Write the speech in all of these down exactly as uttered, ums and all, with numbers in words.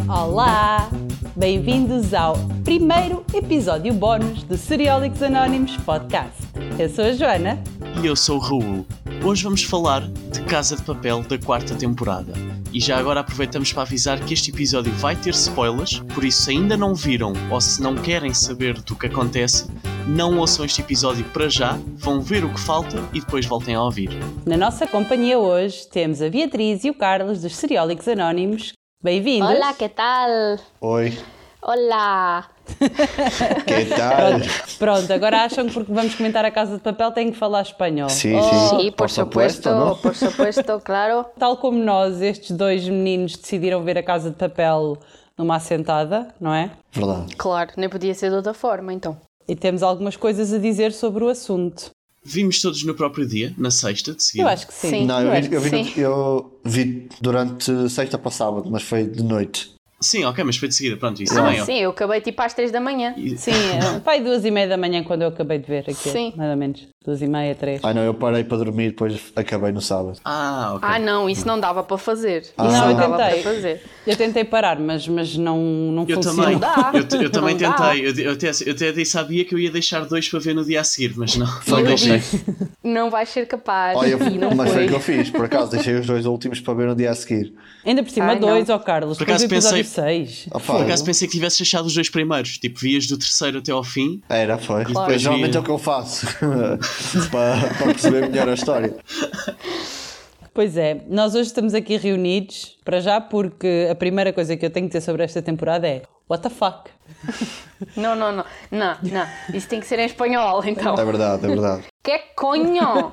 Olá! Bem-vindos ao primeiro episódio bónus do Seriólicos Anónimos Podcast. Eu sou a Joana. E eu sou o Raul. Hoje vamos falar de Casa de Papel da quarta temporada. E já agora aproveitamos para avisar que este episódio vai ter spoilers, por isso se ainda não viram ou se não querem saber do que acontece, não ouçam este episódio para já, vão ver o que falta e depois voltem a ouvir. Na nossa companhia hoje temos a Beatriz e o Carlos dos Seriólicos Anónimos. Bem-vindos! Olá, que tal? Oi. Olá! Que tal? Pronto, pronto, agora acham que porque vamos comentar a Casa de Papel têm que falar espanhol. Sim, Oh, sim. Sí, por supuesto, ¿no? por supuesto, claro. Tal como nós, estes dois meninos decidiram ver a Casa de Papel numa assentada, não é? Verdade. Claro, nem podia ser de outra forma, então. E temos algumas coisas a dizer sobre o assunto. Vimos todos no próprio dia, na sexta de seguida. Eu acho que sim. Sim. Não, eu vi, eu, vi, Sim. eu vi durante sexta para sábado, mas foi de noite. Sim, ok, mas foi de seguida, pronto, isso Ah, também. ó. sim, eu acabei tipo às três da manhã. E- Sim, é, pai, duas e meia da manhã quando eu acabei de ver aquilo. Sim. Mais ou menos. Duas e meia, três. Ah não, eu parei para dormir, depois acabei no sábado. Ah, ok. Ah, não, isso não dava para fazer. Isso Ah. não, Não, eu dava tentei. para fazer. Eu tentei parar, mas, mas não, não Eu funcionou. também, dá. eu, t- eu também Não dá. tentei, eu, eu, até, eu até disse à Bia que eu ia deixar dois para ver no dia a seguir, mas não, não eu deixei. disse, não vais ser capaz. Olha, E não mas foi o que foi. eu fiz, por acaso deixei os dois últimos para ver no dia a seguir. Ainda por cima, Ai, dois, não. ó Carlos. Por Depois do acaso episódio pensei- seis. Ah, pá, Por acaso pensei que tivesse achado os dois primeiros, tipo, vias do terceiro até ao fim. Era, foi. Claro. Eu, geralmente é o que eu faço para, para perceber melhor a história. Pois é, nós hoje estamos aqui reunidos, para já, porque a primeira coisa que eu tenho que dizer sobre esta temporada é what the fuck? Não, não, não. Não, não. Isso tem que ser em espanhol, então. É verdade, é verdade. Que coño?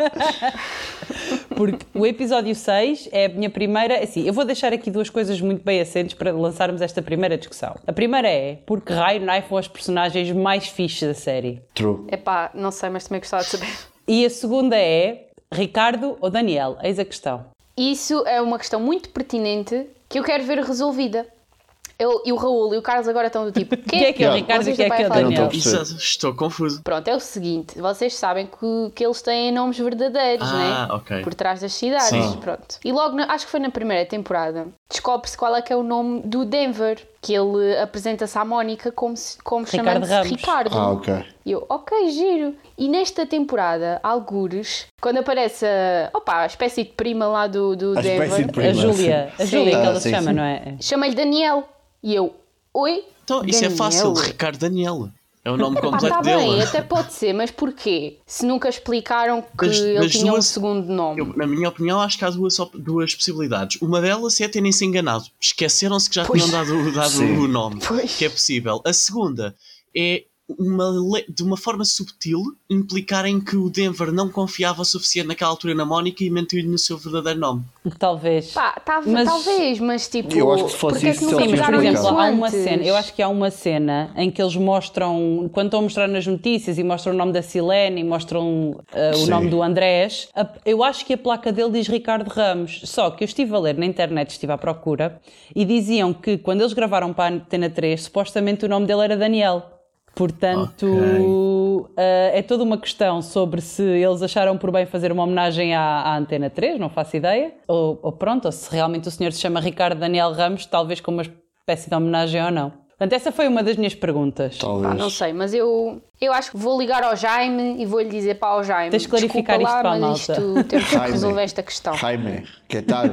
Porque o episódio seis é a minha primeira... Assim, eu vou deixar aqui duas coisas muito bem assentes para lançarmos esta primeira discussão. A primeira é, porque raio naifam as personagens mais fixes da série? True. Epá, não sei, mas também gostava de saber. E a segunda é, Ricardo ou Daniel? Eis a questão. Isso é uma questão muito pertinente que eu quero ver resolvida. Eu e o Raul e o Carlos agora estão do tipo... Quem é que é o Ricardo e Vocês quem é não que é o vai falar Daniel? Eu não estou a Exato, estou confuso. Pronto, é o seguinte, vocês sabem que, que eles têm nomes verdadeiros, Ah, né? ok. Por trás das cidades, Sim. pronto. E logo, na- acho que foi na primeira temporada, descobre-se qual é que é o nome do Denver, que ele apresenta-se à Mónica como, se- como Ricardo chamando-se Ramos. Ricardo. Ah, ok. E eu, ok, giro. E nesta temporada, algures, quando aparece a, opa, a espécie de prima lá do, do A Denver, espécie de prima. A Júlia, a Sim. Júlia que Ah, ela se sim, chama, sim. não é? chama-lhe Daniel. E eu, oi? Então, isso Daniel? é fácil, Ricardo Daniel. É o nome Ah, completo está dele. bem, até pode ser, mas porquê? Se nunca explicaram que Das- ele das tinha duas- um segundo nome. Eu, na minha opinião, acho que há duas, op- duas possibilidades. Uma delas é terem-se enganado. Esqueceram-se que já Pois. tinham dado, dado Sim. o nome. Pois. Que é possível. A segunda é, uma le- de uma forma subtil, implicarem que o Denver não confiava o suficiente naquela altura na Mónica e mentiu-lhe no seu verdadeiro nome. Talvez. Pá, tá- Mas- talvez, mas tipo... Eu acho que se fosse porque é isso, que se nunca ele Sim, mas por tivesse pegaram exemplo, nisso há uma antes? cena, eu acho que há uma cena em que eles mostram, quando estão a mostrar nas notícias e mostram o nome da Silene e mostram uh, o Sim. nome do Andrés, a- eu acho que a placa dele diz Ricardo Ramos, só que eu estive a ler na internet, estive à procura, e diziam que quando eles gravaram para a Antena três, supostamente o nome dele era Daniel. Portanto, uh, é toda uma questão sobre se eles acharam por bem fazer uma homenagem à, à Antena três, não faço ideia, ou, ou pronto, ou se realmente o senhor se chama Ricardo Daniel Ramos, talvez com uma espécie de homenagem ou não. Portanto, essa foi uma das minhas perguntas. Talvez. Pá, não sei, mas eu, eu acho que vou ligar ao Jaime e vou-lhe dizer para o Jaime. Tens de clarificar desculpa isto lá, para a mas malta. isto temos que Jaime. resolver esta questão. Jaime, que tal?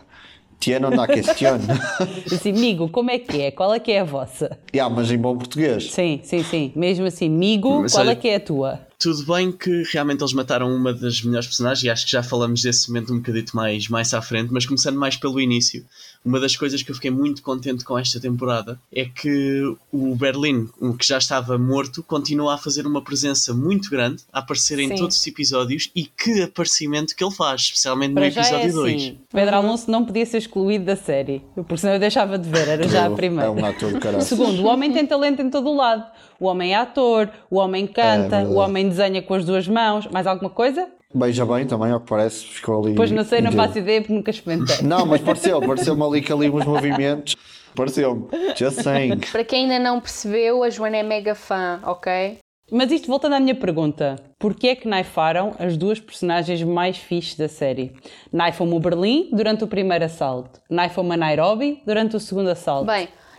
Tiene una questão. Assim, amigo, como é que é? Qual é que é a vossa? Yeah, mas em bom português. Sim, sim, sim. Mesmo assim, amigo, Mas qual olha- é que é a tua? Tudo bem que realmente eles mataram uma das melhores personagens e acho que já falamos desse momento um bocadito mais, mais à frente, mas começando mais pelo início, uma das coisas que eu fiquei muito contente com esta temporada é que o Berlim, o que já estava morto, continua a fazer uma presença muito grande, a aparecer em Sim. todos os episódios e que aparecimento que ele faz, especialmente no Para já é episódio dois. assim, Pedro Alonso não podia ser excluído da série, porque senão eu deixava de ver, era já a É primeira. um ator do caralho. Segundo, o homem tem talento em todo o lado. O homem é ator, o homem canta, É o homem desenha com as duas mãos. Mais alguma coisa? Beija bem também, ao que parece, ficou ali. Pois não sei, não inteiro. faço ideia porque nunca experimentei. Não, mas pareceu, pareceu-me ali que ali uns movimentos. Pareceu-me. Just saying. Para quem ainda não percebeu, a Joana é mega fã, ok? Mas isto, voltando à minha pergunta, porquê é que naifaram as duas personagens mais fixes da série? Naifam-me o Berlim durante o primeiro assalto, naifam-me a Nairobi durante o segundo assalto. Bem,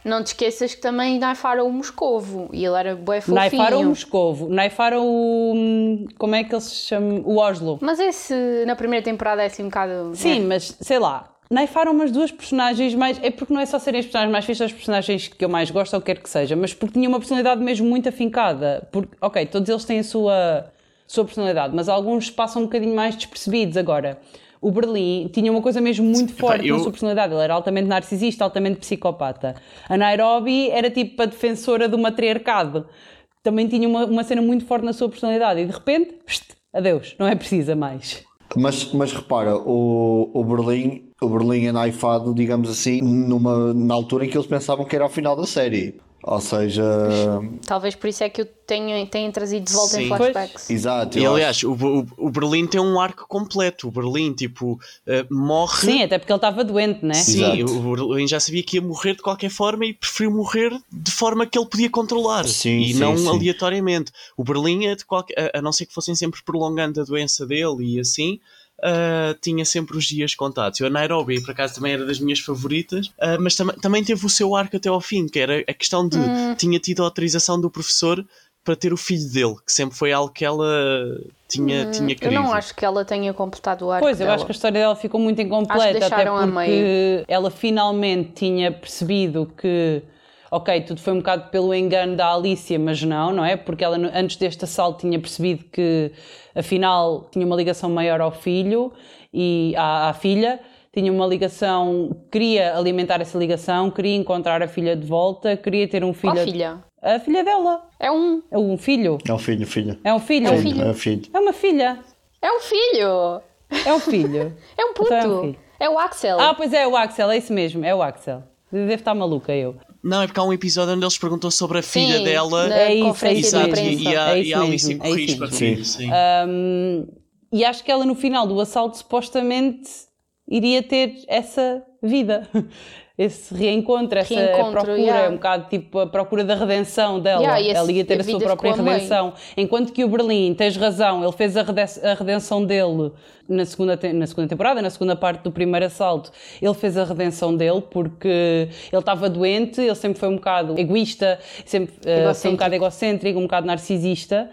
não te esqueças que também naifaram o Moscovo e ele era bué fofinho. Naifaram o Moscovo, naifaram o... como é que ele se chama? O Oslo. Mas esse, na primeira temporada, é assim um bocado... Sim, né? mas sei lá, naifaram umas duas personagens mais... É porque não é só serem as personagens mais fixas, as personagens que eu mais gosto ou quer que seja, mas porque tinham uma personalidade mesmo muito afincada. Porque, ok, todos eles têm a sua, sua personalidade, mas alguns passam um bocadinho mais despercebidos. Agora, o Berlim tinha uma coisa mesmo muito forte eu... na sua personalidade. Ele era altamente narcisista, altamente psicopata. A Nairobi era tipo a defensora do matriarcado. Também tinha uma, uma cena muito forte na sua personalidade. E de repente, pst, adeus, não é precisa mais. Mas, mas repara, o, o Berlim, o Berlim é naifado, digamos assim, numa, na altura em que eles pensavam que era o final da série. Ou seja... Talvez por isso é que eu tenha, tenha trazido de volta Sim. em flashbacks. Exato. E eu aliás, acho- o, o, o Berlim tem um arco completo. O Berlim, tipo, uh, morre. Sim, até porque ele estava doente, né? Sim, Exato. o Berlim já sabia que ia morrer de qualquer forma e preferiu morrer de forma que ele podia controlar Sim, e sim, não sim. aleatoriamente. O Berlim, é de qualquer, a, a não ser que fossem sempre prolongando a doença dele e assim, uh, tinha sempre os dias contados. Eu, a Nairobi, por acaso, também era das minhas favoritas, uh, mas tam também teve o seu arco até ao fim, que era a questão de Hum. tinha tido a autorização do professor para ter o filho dele, que sempre foi algo que ela tinha, tinha Eu querido. não acho que ela tenha completado o arco Pois, eu dela. acho que a história dela ficou muito incompleta, Acho que até deixaram a porque meio. ela finalmente tinha percebido que, ok, tudo foi um bocado pelo engano da Alicia, mas não, não é? Porque ela no- antes deste assalto tinha percebido que afinal tinha uma ligação maior ao filho e à, à filha, tinha uma ligação, queria alimentar essa ligação, queria encontrar a filha de volta, queria ter um filho. Qual filha? A filha dela. É um. É um filho. É um filho, filho. É um filho. É um filho. É um filho. É uma filha. É um filho! É um filho. É um puto! Então é um filho. É o Axel! Ah, pois é, o Axel, é isso mesmo, é o Axel. Deve estar maluca eu. Não, é porque há um episódio onde eles perguntam sobre a filha Sim, dela. na É isso, conferência é de isso Exato, mesmo. e, e a, É isso e a Alice mesmo, é corrige isso para a mesmo. filha, sim. Um, e acho que ela no final do assalto supostamente iria ter essa vida, esse reencontro, essa Reencontro, procura, yeah. um bocado tipo a procura da redenção dela. Yeah, e esse- ela ia ter a a sua vida própria ficou a meio. redenção. Enquanto que o Berlim, tens razão, ele fez a rede- a redenção dele na segunda, te- na segunda temporada, na segunda parte do primeiro assalto. Ele fez a redenção dele porque ele estava doente, ele sempre foi um bocado egoísta, sempre eh, foi um bocado egocêntrico, um bocado narcisista,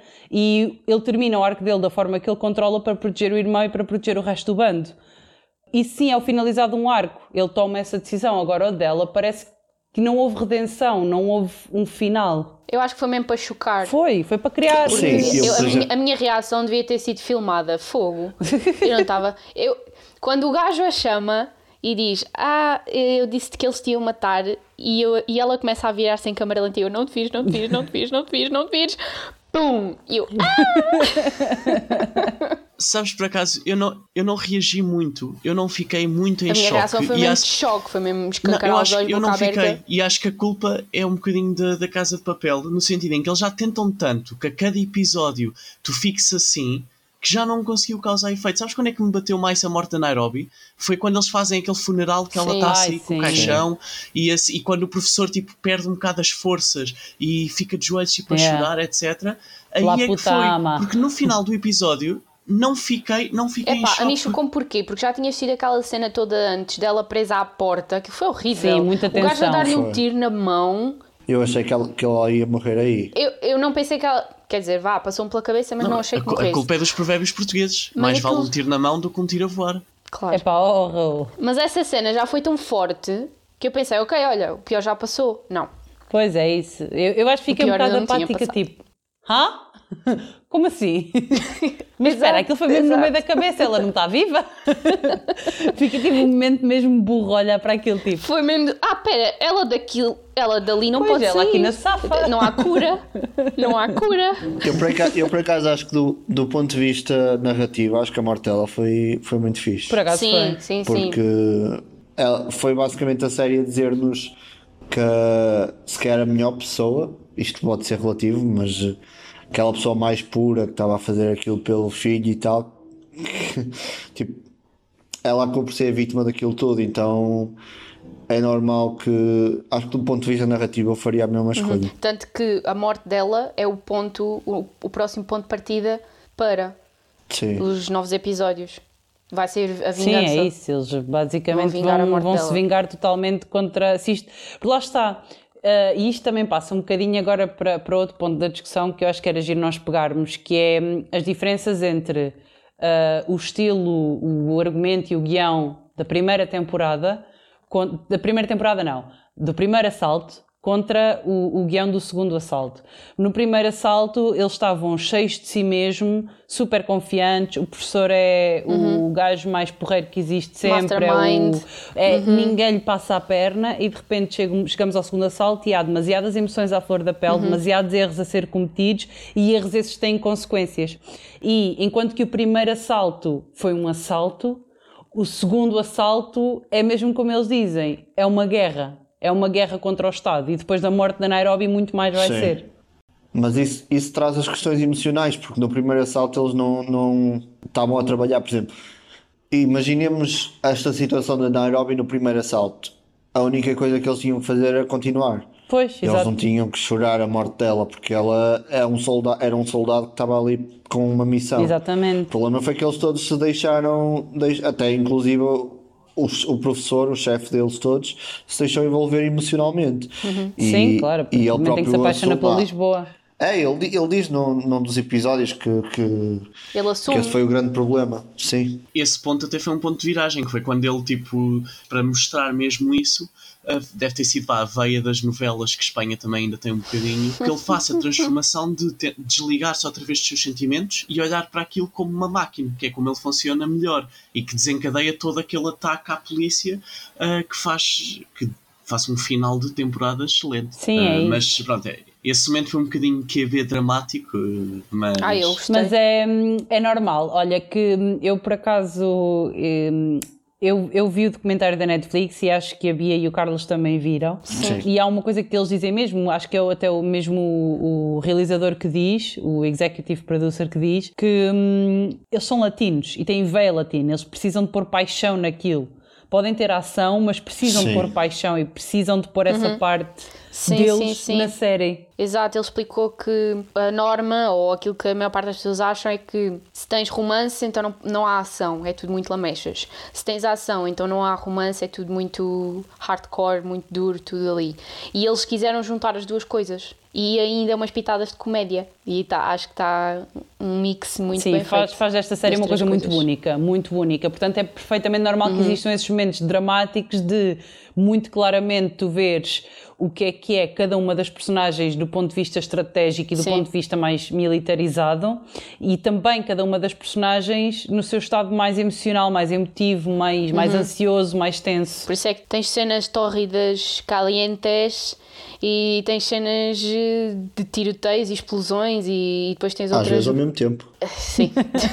e ele termina o arco dele da forma que ele controla para proteger o irmão e para proteger o resto do bando. E sim, ao finalizado um arco, ele toma essa decisão. Agora o dela parece que não houve redenção, não houve um final. Eu acho que foi mesmo para chocar. Foi, foi para criar. Sim, Eu- eu, a, por minha, exemplo- a minha reação devia ter sido filmada. Fogo. Eu não estava. Eu, quando o gajo a chama e diz: Ah, eu disse-te que eles te iam matar, e, eu, e ela começa a virar-se em câmera lenta e eu: Não te fiz, não te fiz, não te fiz, não te fiz, não te fiz. Pum! E eu: ah! Sabes, por acaso, eu não, eu não reagi muito, eu não fiquei muito em A minha choque. reação foi e mesmo acho- de choque, foi mesmo Não, eu escancarar os acho olhos, que eu boca não fiquei. aberta. E acho que a culpa é um bocadinho da, da Casa de Papel, no sentido em que eles já tentam tanto que a cada episódio tu fiques assim, que já não conseguiu causar efeito. Sabes quando é que me bateu mais a morte da Nairobi? Foi quando eles fazem aquele funeral que ela Sim. está Ai, assim com sim. o caixão e, assim, e quando o professor tipo, perde um bocado as forças e fica de joelhos tipo, a Yeah. chorar, etcétera. Aí La é que foi. putama. Porque no final do episódio não fiquei, não fiquei em Epá, choque. a mim chocou-me porquê? Porque já tinha sido aquela cena toda antes dela presa à porta, que foi horrível. Sim, muita O gajo a tensão. dar-lhe um Foi. tiro na mão. Eu achei que ela, que ela ia morrer aí. Eu, eu não pensei que ela. Quer dizer, vá, passou-me pela cabeça, mas não, achei a, que cu- a morresse. culpa é dos provérbios portugueses. Mas Mais aquilo- vale um tiro na mão do que um tiro a voar. Claro. É pá, oh, Raul. Mas essa cena já foi tão forte que eu pensei, ok, olha, o pior já passou. Não. Pois é isso. Eu, eu acho que fiquei um pior bocado ainda não tinha apática, passado. tipo, hã? Como assim? Mas espera, Exato, aquilo foi mesmo no exato. meio da cabeça, ela não está viva? Fica tipo um momento mesmo burro a olhar para aquele tipo. Foi mesmo. de, Ah, pera, ela daquilo. Ela dali não Pois, pode ela sair. aqui na safa. Não há cura. Não há cura. Eu por acaso, eu, por acaso acho que do, do ponto de vista narrativo, acho que a morte dela foi, foi muito fixe. Por acaso Sim, foi. sim, sim. Porque ela, foi basicamente a série a dizer-nos que se calhar a melhor pessoa, isto pode ser relativo, mas aquela pessoa mais pura que estava a fazer aquilo pelo filho e tal, tipo, ela acabou por ser a vítima daquilo tudo, então é normal que, acho que do ponto de vista narrativo eu faria a mesma escolha. Tanto que a morte dela é o ponto, o, o próximo ponto de partida para Sim. os novos episódios. vai ser a vingança. Sim, é isso. Eles basicamente Vão vingar a vão, morte vão se dela. vingar totalmente contra. Se isto, porque lá está. Uh, e isto também passa um bocadinho agora para, para outro ponto da discussão que eu acho que era giro nós pegarmos, que é hum, as diferenças entre uh, o estilo, o argumento e o guião da primeira temporada, con- da primeira temporada não, do primeiro assalto, contra o, o guião do segundo assalto. No primeiro assalto eles estavam cheios de si mesmo, super confiantes, o professor é Uhum. o gajo mais porreiro que existe sempre, Mastermind. é o, é, ninguém lhe passa a perna e de repente chegamos, chegamos ao segundo assalto e há demasiadas emoções à flor da pele, Uhum. demasiados erros a ser cometidos e erros esses têm consequências. E enquanto que o primeiro assalto foi um assalto, o segundo assalto é mesmo como eles dizem, é uma guerra. É uma guerra contra o Estado e depois da morte da Nairobi muito mais vai Sim. ser. Mas isso, isso traz as questões emocionais, porque no primeiro assalto eles não, não estavam a trabalhar, por exemplo. Imaginemos esta situação da Nairobi no primeiro assalto. A única coisa que eles tinham que fazer era continuar. Pois, Eles exato. não tinham que chorar a morte dela, porque ela é um soldado, era um soldado que estava ali com uma missão. Exatamente. O problema foi que eles todos se deixaram, deix- até inclusive o, o professor, o chefe deles todos, se deixou envolver emocionalmente. E, Sim, claro, porque e ele também tem próprio que se apaixonar assume- pela Lisboa. É, ele, di- ele diz num, num dos episódios que, que, Ele que assume. esse foi o grande problema. Sim. Esse ponto até foi um ponto de viragem, que foi quando ele, tipo, para mostrar mesmo isso, uh, deve ter sido pá, a veia das novelas, que Espanha também ainda tem um bocadinho, que ele faça a transformação de te- desligar-se outra vez dos seus sentimentos e olhar para aquilo como uma máquina, que é como ele funciona melhor, e que desencadeia todo aquele ataque à polícia uh, que faz... que faça um final de temporada excelente. Sim, é Uh, isso. mas pronto, é, esse momento foi um bocadinho Q B dramático, uh, mas... Ah, eu gostei. Mas é, é normal. Olha que eu por acaso hum, eu, eu vi o documentário da Netflix e acho que a Bia e o Carlos também viram. Sim. E há uma coisa que eles dizem mesmo, acho que é até o mesmo o, o realizador que diz, o executive producer que diz, que hum, eles são latinos e têm veia latina, eles precisam de pôr paixão naquilo. Podem ter ação, mas precisam Sim. de pôr paixão e precisam de pôr essa parte Sim, deles sim, sim. na série. Exato, ele explicou que a norma, ou aquilo que a maior parte das pessoas acham, é que se tens romance, então não, não há ação, é tudo muito lamechas. Se tens ação, então não há romance, é tudo muito hardcore, muito duro, tudo ali. E eles quiseram juntar as duas coisas. E ainda umas pitadas de comédia. E tá, acho que está um mix muito Sim, bem faz, feito. faz desta série das uma três coisa muito coisas. única, muito única. Portanto, é perfeitamente normal Uhum. que existam esses momentos dramáticos de, muito claramente, tu veres o que é que é cada uma das personagens do ponto de vista estratégico e do Sim. ponto de vista mais militarizado e também cada uma das personagens no seu estado mais emocional, mais emotivo, mais, mais Uhum. ansioso, mais tenso. Por isso é que tens cenas tórridas, calientes, e tens cenas eh, de tiroteios e explosões, e depois tens Às outras... vezes ao mesmo tempo. Sim,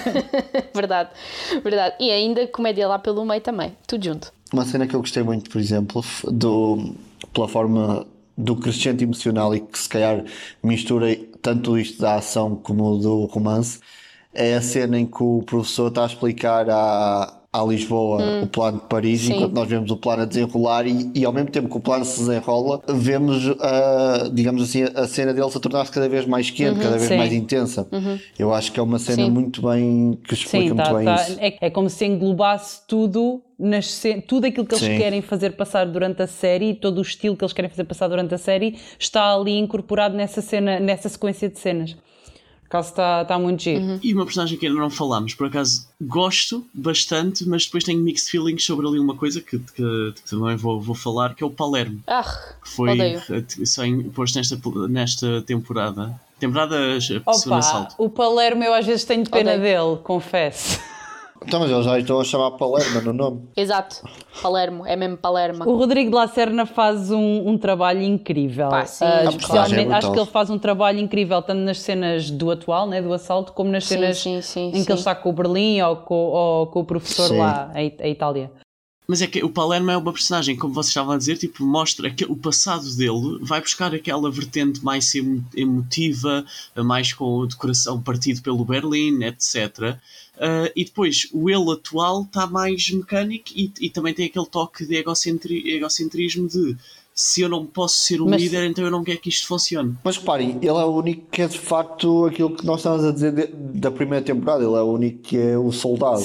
verdade, verdade. E ainda comédia lá pelo meio também, tudo junto. Uma cena que eu gostei muito, por exemplo, f- do, pela forma do crescente emocional e que se calhar mistura tanto isto da ação como do romance, é a cena em que o professor está a explicar à, à Lisboa o plano de Paris, Sim. enquanto nós vemos o plano a desenrolar e, e ao mesmo tempo que o plano se desenrola, vemos, a, digamos assim, a cena dele se a tornar-se cada vez mais quente, cada vez Sim. mais intensa. Eu acho que é uma cena Sim. muito bem, que explica Sim, muito tá, bem tá. isso. É, é como se englobasse tudo, nas ce- tudo aquilo que eles Sim. querem fazer passar durante a série, todo o estilo que eles querem fazer passar durante a série, está ali incorporado nessa cena, nessa sequência de cenas. Por acaso está, está muito giro. E uma personagem que ainda não falámos, por acaso gosto bastante, mas depois tenho mixed feelings sobre ali uma coisa que, que, que também vou, vou falar, que é o Palermo, Ah, que foi odeio. eh, só em- posto nesta, nesta temporada. Temporada segundo Opa, assalto. o Palermo eu às vezes tenho pena Odeio. dele, confesso. Então, mas eles já estão a chamar Palermo no nome. Exato, Palermo, é mesmo Palermo. O Rodrigo de La Serna faz um, um trabalho incrível. Pá, sim. Ah, A especialmente, personagem é brutal. acho que ele faz um trabalho incrível tanto nas cenas do atual, né, do assalto, como nas Sim, cenas sim, sim, em sim. que ele está com o Berlim ou com, ou com o professor Sim. lá, a, a Itália. Mas é que o Palermo é uma personagem, como vocês estavam a dizer, tipo, mostra que o passado dele, vai buscar aquela vertente mais emo- emotiva, mais com o coração partido pelo Berlim, etcétera. Uh, e depois o ele atual está mais mecânico e, e também tem aquele toque de egocentri- egocentrismo de se eu não posso ser o Mas- líder, então eu não quero que isto funcione. Mas reparem, ele é o único que é de facto aquilo que nós estamos a dizer de- da primeira temporada, ele é o único que é o soldado. Sim.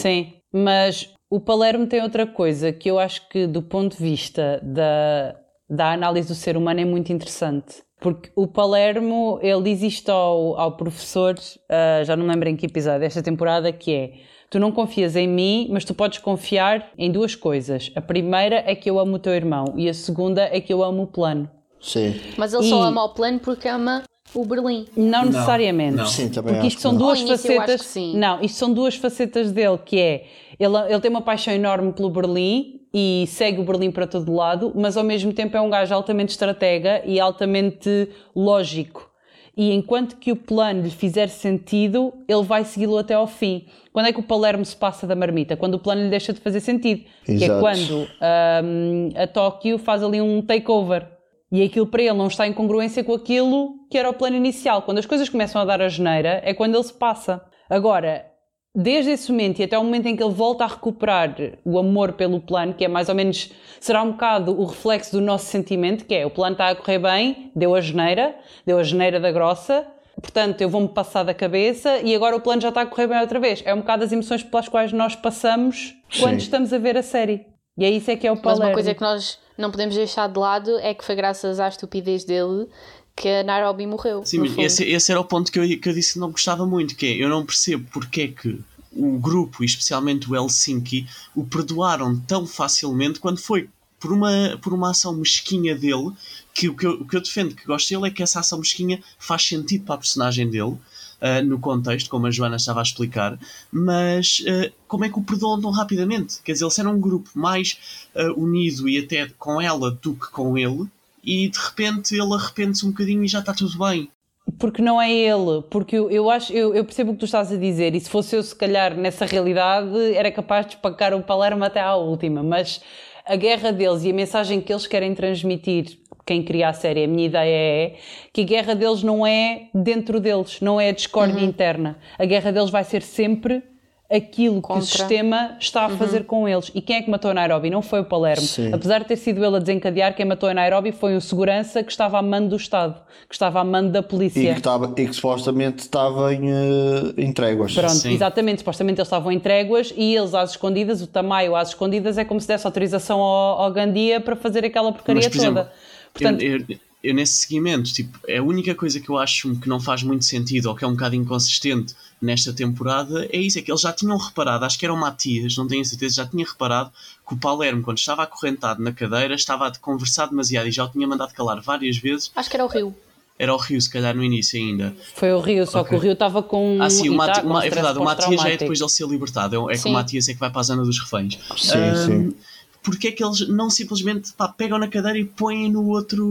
Mas o Palermo tem outra coisa que eu acho que, do ponto de vista da, da análise do ser humano, é muito interessante. Porque o Palermo, ele diz isto ao, ao professor, uh, já não me lembro em que episódio desta temporada, que é: tu não confias em mim, mas tu podes confiar em duas coisas. A primeira é que eu amo o teu irmão e a segunda é que eu amo o plano. Sim. Mas ele E- só ama o plano porque ama o Berlim. Não necessariamente. não. Sim, também Porque acho isto são que não. duas Ao início eu acho facetas. que sim. Não, isto são duas facetas dele, que é ele, ele tem uma paixão enorme pelo Berlim e segue o Berlim para todo lado, mas ao mesmo tempo é um gajo altamente estratega e altamente lógico. E enquanto que o plano lhe fizer sentido, ele vai segui-lo até ao fim. Quando é que o Palermo se passa da marmita? Quando o plano lhe deixa de fazer sentido. Que é Exato. quando hum, a Tóquio faz ali um takeover. E aquilo para ele não está em congruência com aquilo que era o plano inicial. Quando as coisas começam a dar a geneira, é quando ele se passa. Agora, desde esse momento e até o momento em que ele volta a recuperar o amor pelo plano, que é mais ou menos, será um bocado o reflexo do nosso sentimento, que é: o plano está a correr bem, deu a geneira, deu a geneira da grossa, portanto eu vou-me passar da cabeça e agora o plano já está a correr bem outra vez. É um bocado as emoções pelas quais nós passamos quando Sim. estamos a ver a série. E é isso é que é o Mas Palermo. uma coisa que nós não podemos deixar de lado é que foi graças à estupidez dele que a Nairobi morreu. Sim, no mas fundo. esse, esse era o ponto que eu, que eu disse que não gostava muito, que é: eu não percebo porque é que o grupo, e especialmente o Helsinki, o perdoaram tão facilmente quando foi por uma, por uma ação mesquinha dele, que o que, eu, o que eu defendo, que gosto dele, é que essa ação mesquinha faz sentido para a personagem dele, uh, no contexto, como a Joana estava a explicar, mas uh, como é que o perdoam tão rapidamente? Quer dizer, eles eram um grupo mais uh, unido e até com ela do que com ele, e de repente ele arrepende-se um bocadinho e já está tudo bem. Porque não é ele, porque eu, eu acho, eu, eu percebo o que tu estás a dizer, e se fosse eu, se calhar, nessa realidade, era capaz de espacar o Palermo até à última, mas a guerra deles e a mensagem que eles querem transmitir, quem cria a série, a minha ideia é que a guerra deles não é dentro deles, não é a discórdia interna. A guerra deles vai ser sempre aquilo Contra. que o sistema está a fazer com eles. E quem é que matou a Nairobi? Não foi o Palermo. Sim. Apesar de ter sido ele a desencadear, quem matou a Nairobi foi o segurança que estava a mando do Estado, que estava a mando da E polícia. que, estava, e que supostamente estava em, uh, em tréguas. Pronto, Sim. exatamente, supostamente eles estavam em tréguas e eles às escondidas, o Tamayo às escondidas, é como se desse autorização ao, ao Gandia para fazer aquela porcaria Mas, por exemplo, toda. Portanto, eu, eu, eu nesse seguimento, tipo, a única coisa que eu acho que não faz muito sentido ou que é um bocado inconsistente nesta temporada é isso, é que eles já tinham reparado, acho que era o Matias, não tenho certeza, já tinha reparado que o Palermo, quando estava acorrentado na cadeira, estava a conversar demasiado e já o tinha mandado calar várias vezes. Acho que era o Rio. Era o Rio, se calhar, no início ainda. foi o Rio, só que o Rio estava com... Ah, sim, o e Mati, tá com o Ma- é stress verdade, o Matias já é pós-traumático. depois dele ser libertado, é, é que Sim. o Matias é que vai para a zona dos reféns. Sim, Ahm, sim. Porque é que eles não simplesmente pá, pegam na cadeira e põem no outro,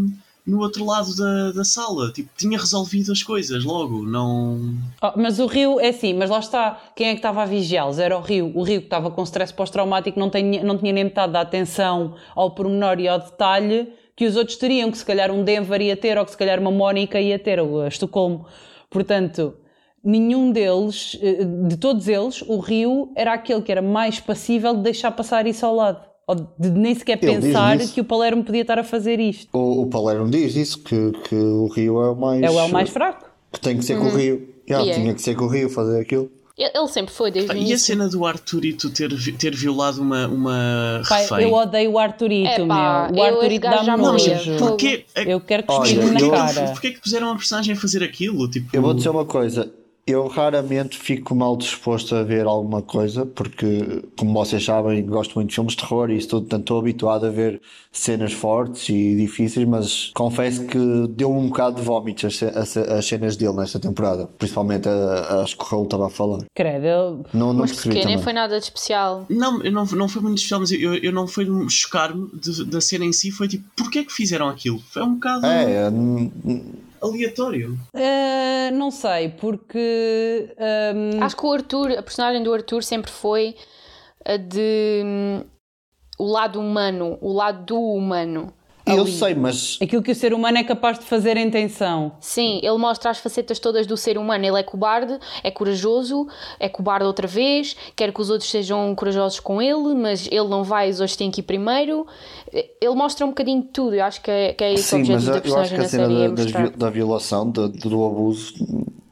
no outro lado da, da sala? Tipo, tinha resolvido as coisas logo, não... Oh, mas o Rio, é assim, mas lá está, quem é que estava a vigiá-los? Era o Rio. O Rio que estava com stress pós-traumático não tinha, não tinha nem metade da atenção ao pormenor e ao detalhe que os outros teriam, que se calhar um Denver ia ter, ou que se calhar uma Mónica ia ter, ou a Estocolmo. Portanto, nenhum deles, de todos eles, o Rio era aquele que era mais passível de deixar passar isso ao lado. Ou de nem sequer Ele diz pensar isso. que o Palermo podia estar a fazer isto. O, o Palermo diz isso, que, que o Rio é o mais... É o El mais fraco. Que tem que ser com o Rio. Já, E é. tinha que ser com o Rio fazer aquilo. Ele ele sempre foi, desde o E a início. cena do Arturito ter, vi- ter violado uma, uma Pai, refém? eu odeio o Arturito, Epá, meu. O eu Arturito esse gajo já dá-me Não, mas morria. nojo. Fogo. porquê, Eu quero Olha, cuspir-lhe na eu- cara. porquê que puseram a personagem a fazer aquilo? Tipo, Eu vou dizer uma coisa. Eu raramente fico mal disposto a ver alguma coisa, porque, como vocês sabem, gosto muito de filmes de terror e estou, portanto, estou habituado a ver cenas fortes e difíceis, mas confesso que deu-me um bocado de vómitos as, ce- as, as cenas dele nesta temporada, principalmente a- as que o Raul estava a falar. Credo, eu- Não, não Mas percebi porque nem também. foi nada de especial. Não, eu não, não foi muito especial, mas eu, eu não foi chocar-me de- da cena em si, foi tipo, porquê é que fizeram aquilo? Foi um bocado É, hum, aleatório. Ah, não sei, porque ahm, Acho que o Arthur, a personagem do Arthur sempre foi a de hum, o lado humano, o lado do humano. eu ali. sei, mas aquilo que o ser humano é capaz de fazer em tensão. Sim, ele mostra as facetas todas do ser humano. Ele é cobarde, é corajoso, é cobarde outra vez, quer que os outros sejam corajosos com ele, mas ele não vai, os outros têm que ir primeiro. Ele mostra um bocadinho de tudo. Eu acho que é, que é esse o sim, mas objetivo eu, da eu acho personagem que a na cena série, é da, das mostrar. vi- da violação, do, do abuso,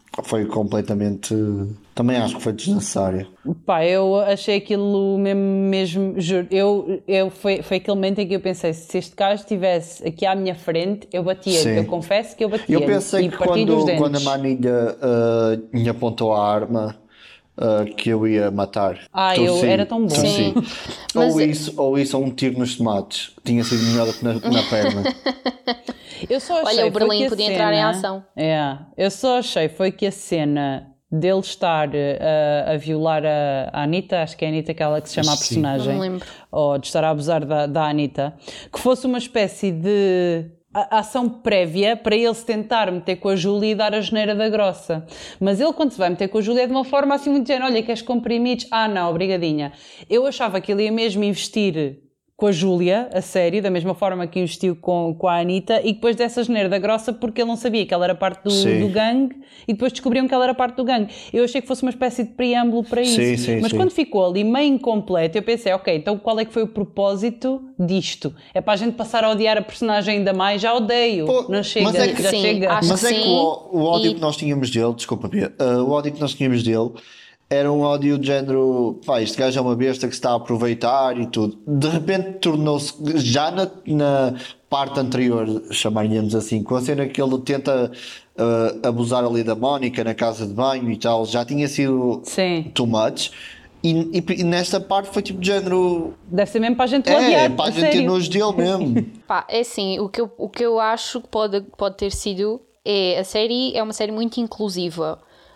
foi completamente. Também acho que foi desnecessário. Pá, eu achei aquilo mesmo, mesmo juro, eu, eu, foi, foi aquele momento em que eu pensei, se este gajo estivesse aqui à minha frente, eu batia, Sim. eu confesso que eu batia. Eu pensei e que parti dos quando, dentes. quando a manilha uh, me apontou a arma, uh, que eu ia matar. Ah, eu- Torci, era tão bom. torci. Sim. Mas- Ou isso, ou isso, ou um tiro nos tomates. Tinha sido melhor do que na, na perna. Eu só achei Olha, o foi Berlim que a podia cena, entrar em ação. É, eu só achei foi que a cena dele estar uh, a violar a, a Anitta, acho que é a Anitta aquela que se chama a Sim. personagem, Não me lembro. ou de estar a abusar da, da Anitta, que fosse uma espécie de a- ação prévia para ele se tentar meter com a Júlia e dar a geneira da grossa. Mas ele, quando se vai meter com a Júlia, é de uma forma assim muito género, olha, queres comprimidos? Ah, não, obrigadinha. Eu achava que ele ia mesmo investir com a Júlia, a sério, da mesma forma que investiu com, com a Anitta, e depois dessa geneira da grossa, porque ele não sabia que ela era parte do, Sim. do gangue, e depois descobriam que ela era parte do gangue. Eu achei que fosse uma espécie de preâmbulo para isso. Sim, sim, Mas sim. quando ficou ali meio incompleto, eu pensei, ok, então qual é que foi o propósito disto? É para a gente passar a odiar a personagem ainda mais? Já odeio. Pô, não chega, mas é que- já Sim, chega. acho- Mas é que sim, o, o ódio e- que nós tínhamos dele, desculpa, Pia, uh, o ódio que nós tínhamos dele era um ódio de género, pá, este gajo é uma besta que se está a aproveitar e tudo. De repente tornou-se, já na, na parte anterior, chamaremos assim, com a cena que ele tenta uh, abusar ali da Mónica na casa de banho e tal, já tinha sido Sim. too much. E, e- e nesta parte foi tipo de género, Deve ser mesmo para a gente o é, odiar, para a a gente ter sério. nojo dele mesmo. Pá, é assim, o que eu, o que eu acho que pode, pode ter sido é a série é uma série muito inclusiva.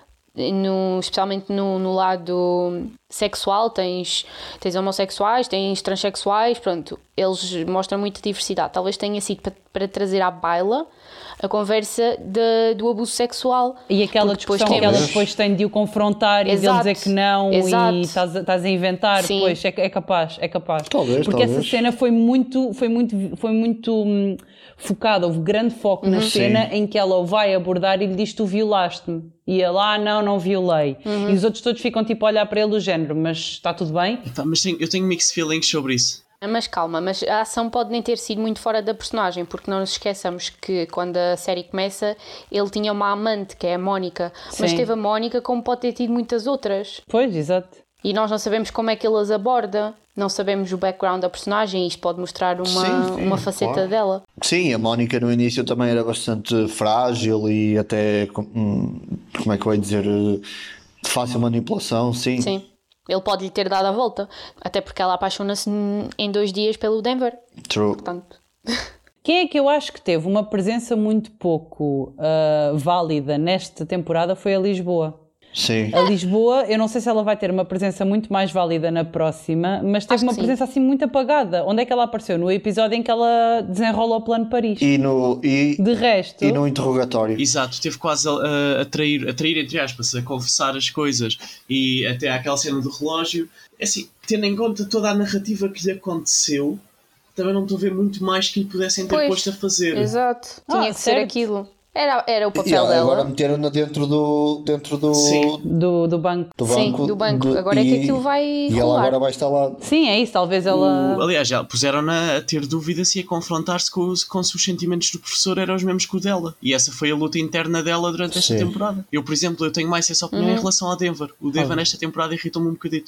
No, especialmente no, no lado sexual, tens, tens homossexuais, tens transexuais, pronto, eles mostram muita diversidade. Talvez tenha sido para, para trazer à baila a conversa de, do abuso sexual. E aquela Porque depois discussão que temos- ela depois tem de o confrontar e de ele Exato, dizer que não exato. e estás a, estás a inventar, Sim. pois é, é capaz, é capaz. Talvez, Porque talvez. essa cena foi muito, foi muito, foi muito hum, focada, houve grande foco na cena em que ela o vai abordar e lhe diz tu violaste-me. E ele, ah não, não violei. E os outros todos ficam tipo a olhar para ele do género, mas está tudo bem? Pá, mas tenho- eu tenho mixed feelings sobre isso. Mas calma, mas a ação pode nem ter sido muito fora da personagem, porque não nos esqueçamos que quando a série começa ele tinha uma amante, que é a Mónica, mas Sim. teve a Mónica como pode ter tido muitas outras. Pois, exato. E nós não sabemos como é que ele as aborda, não sabemos o background da personagem e isto pode mostrar uma, Sim, sim, uma faceta claro. dela. Sim, a Mónica no início também era bastante frágil e até, hum, como é que eu ia dizer, eh, de fácil manipulação, sim. Sim. Ele pode lhe ter dado a volta, até porque ela apaixona-se em dois dias pelo Denver. True. Portanto, Quem é que eu acho que teve uma presença muito pouco ah, válida nesta temporada foi a Lisboa. Sim. A Lisboa, eu não sei se ela vai ter uma presença muito mais válida na próxima, mas teve Acho que uma sim. presença assim muito apagada. Onde é que ela apareceu? No episódio em que ela desenrola o plano de Paris. E no, e, De resto, e no interrogatório. Exato, teve quase a, a trair, a trair, entre aspas, a confessar as coisas e até aquela cena do relógio. É assim, tendo em conta toda a narrativa que lhe aconteceu, também não estou a ver muito mais que lhe pudessem ter Pois, posto a fazer. exato. Ah, Tinha que ser certo. aquilo. Era, era o papel E agora dela. meteram-na dentro do, dentro do, Sim. do, do banco. do Sim, banco. do banco. de- Agora é que e- aquilo vai E ela rolar. agora vai estar lá. Sim, é isso. Talvez ela. O- aliás, já puseram-na a ter dúvida se ia confrontar-se com, os- com se os sentimentos do professor eram os mesmos que o dela. E essa foi a luta interna dela durante esta Sim. temporada. Eu, por exemplo, eu tenho mais essa opinião Uhum. em relação ao Denver. O Denver Ah. nesta temporada irritou-me um bocadito.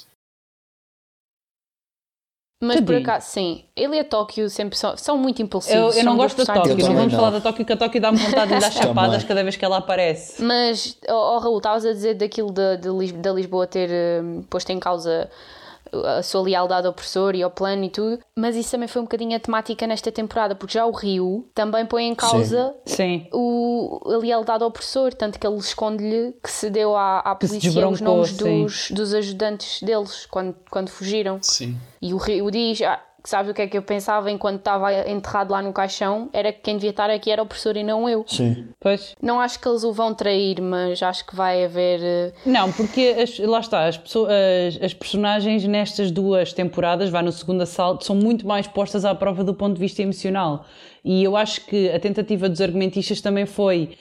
Mas por Tadinho. acaso, sim. Ele e a Tóquio sempre são, são muito impulsivos. Eu, eu não são gosto dois da personagens Tóquio. Eu Não também vamos não. falar da Tóquio, que a Tóquio dá-me vontade de lhe dar chapadas Também. cada vez que ela aparece. Mas, oh, oh, Raul, estavas a dizer daquilo de, de Lis- da Lisboa ter hum, posto em causa a sua lealdade ao professor e ao plano e tudo, mas isso também foi um bocadinho a temática nesta temporada, porque já o Rio também põe em causa Sim. o, a lealdade ao professor, tanto que ele esconde-lhe que se deu à, à Que se polícia os desbroncou, nomes sim. dos, dos ajudantes deles quando, quando fugiram. Sim. E o Rio diz, ah, sabes o que é que eu pensava enquanto estava enterrado lá no caixão? Era que quem devia estar aqui era o professor e não eu. Sim. Pois. Não acho que eles o vão trair, mas acho que vai haver... eh, Não, porque as- lá está, as, pessoas, as, as personagens nestas duas temporadas, vai no segundo assalto, são muito mais postas à prova do ponto de vista emocional. E eu acho que a tentativa dos argumentistas também foi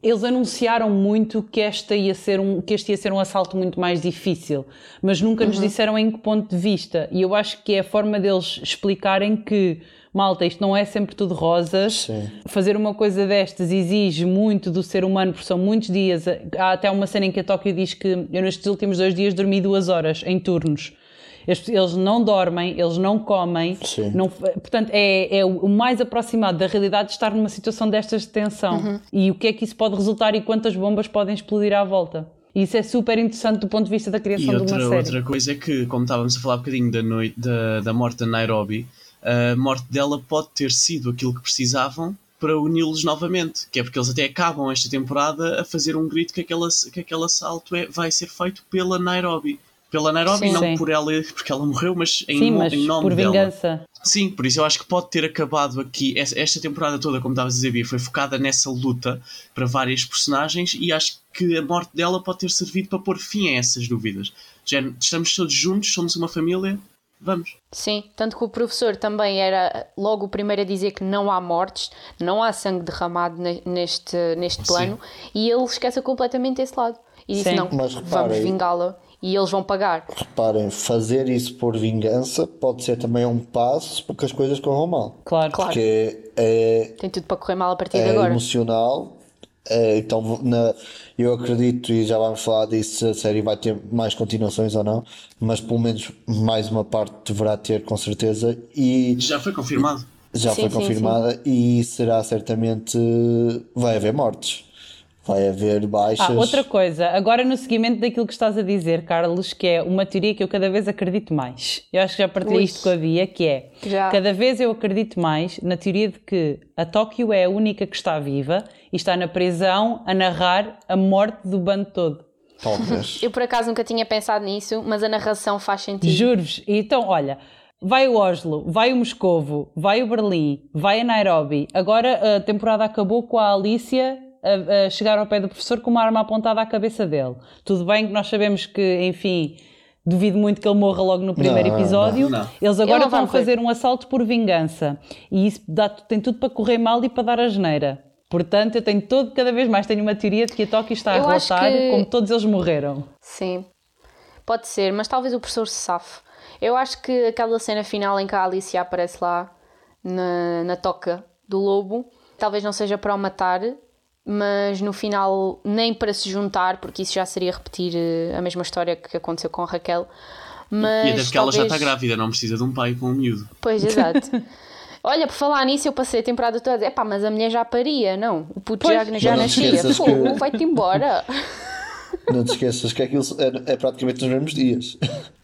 eles anunciaram muito que, esta ia ser um, que este ia ser um assalto muito mais difícil, mas nunca nos disseram em que ponto de vista. E eu acho que é a forma deles explicarem que, malta, isto não é sempre tudo rosas. Sim. Fazer uma coisa destas exige muito do ser humano, porque são muitos dias. Há até uma cena em que a Tóquio diz que eu nestes últimos dois dias dormi duas horas em turnos. Eles não dormem, eles não comem, não, portanto é, é o mais aproximado da realidade de estar numa situação destas de tensão. Uhum. E o que é que isso pode resultar e quantas bombas podem explodir à volta. E isso é super interessante do ponto de vista da criação e outra, de uma série. Outra coisa é que, como estávamos a falar um bocadinho da, noite, da, da morte da Nairobi, a morte dela pode ter sido aquilo que precisavam para uni-los novamente, que é porque eles até acabam esta temporada a fazer um grito que aquele, que aquele assalto é, vai ser feito pela Nairobi. Pela Nairobi, sim, não sim. por ela, porque ela morreu, mas em, sim, mas em nome por dela. Vingança. Sim, por isso eu acho que pode ter acabado aqui. Esta temporada toda, como estavas a dizer, Bia, foi focada nessa luta para várias personagens e acho que a morte dela pode ter servido para pôr fim a essas dúvidas. Já estamos todos juntos, somos uma família, vamos. Sim, tanto que o professor também era logo o primeiro a dizer que não há mortes, não há sangue derramado neste, neste plano, sim. E ele esquece completamente esse lado. E disse, sim. não, mas vamos vingá-la. E eles vão pagar. Reparem, fazer isso por vingança pode ser também um passo para que as coisas corram mal. Claro, porque é, tem tudo para correr mal a partir é de agora. É emocional. É, então, na, eu acredito, e já vamos falar disso, se a série vai ter mais continuações ou não, mas pelo menos mais uma parte deverá ter, com certeza. E já foi confirmado. Já sim, foi sim, confirmada sim. E será certamente. Vai haver mortes. Vai haver baixas. Ah, outra coisa, agora no seguimento daquilo que estás a dizer, Carlos, que é uma teoria que eu cada vez acredito mais. Eu acho que já partilhei Ui. isto com a Bia, que é, já. cada vez eu acredito mais na teoria de que a Tóquio é a única que está viva e está na prisão a narrar a morte do bando todo. Talvez. Eu por acaso nunca tinha pensado nisso, mas a narração faz sentido. Juro-vos. Então, olha, vai o Oslo, vai o Moscovo, vai o Berlim, vai a Nairobi. Agora a temporada acabou com a Alicia A, a chegar ao pé do professor com uma arma apontada à cabeça dele. Tudo bem que nós sabemos que, enfim, duvido muito que ele morra logo no primeiro não, episódio. Não, não. Eles agora vão fazer um assalto por vingança. E isso dá, tem tudo para correr mal e para dar a geneira. Portanto, eu tenho todo, cada vez mais tenho uma teoria de que a Tóquio está a eu relatar que... como todos eles morreram. Sim, pode ser, mas talvez o professor se safe. Eu acho que aquela cena final em que a Alicia aparece lá na, na toca do lobo, talvez não seja para o matar, mas no final nem para se juntar, porque isso já seria repetir a mesma história que aconteceu com a Raquel. Mas e até porque talvez... ela já está grávida, não precisa de um pai com um miúdo. Pois, exato. Olha, por falar nisso, eu passei a temporada toda a dizer, epá, mas a mulher já paria, não, o puto pois, já, já nascia, pô, que... vai-te embora. Não te esqueças que aquilo é, é praticamente nos mesmos dias.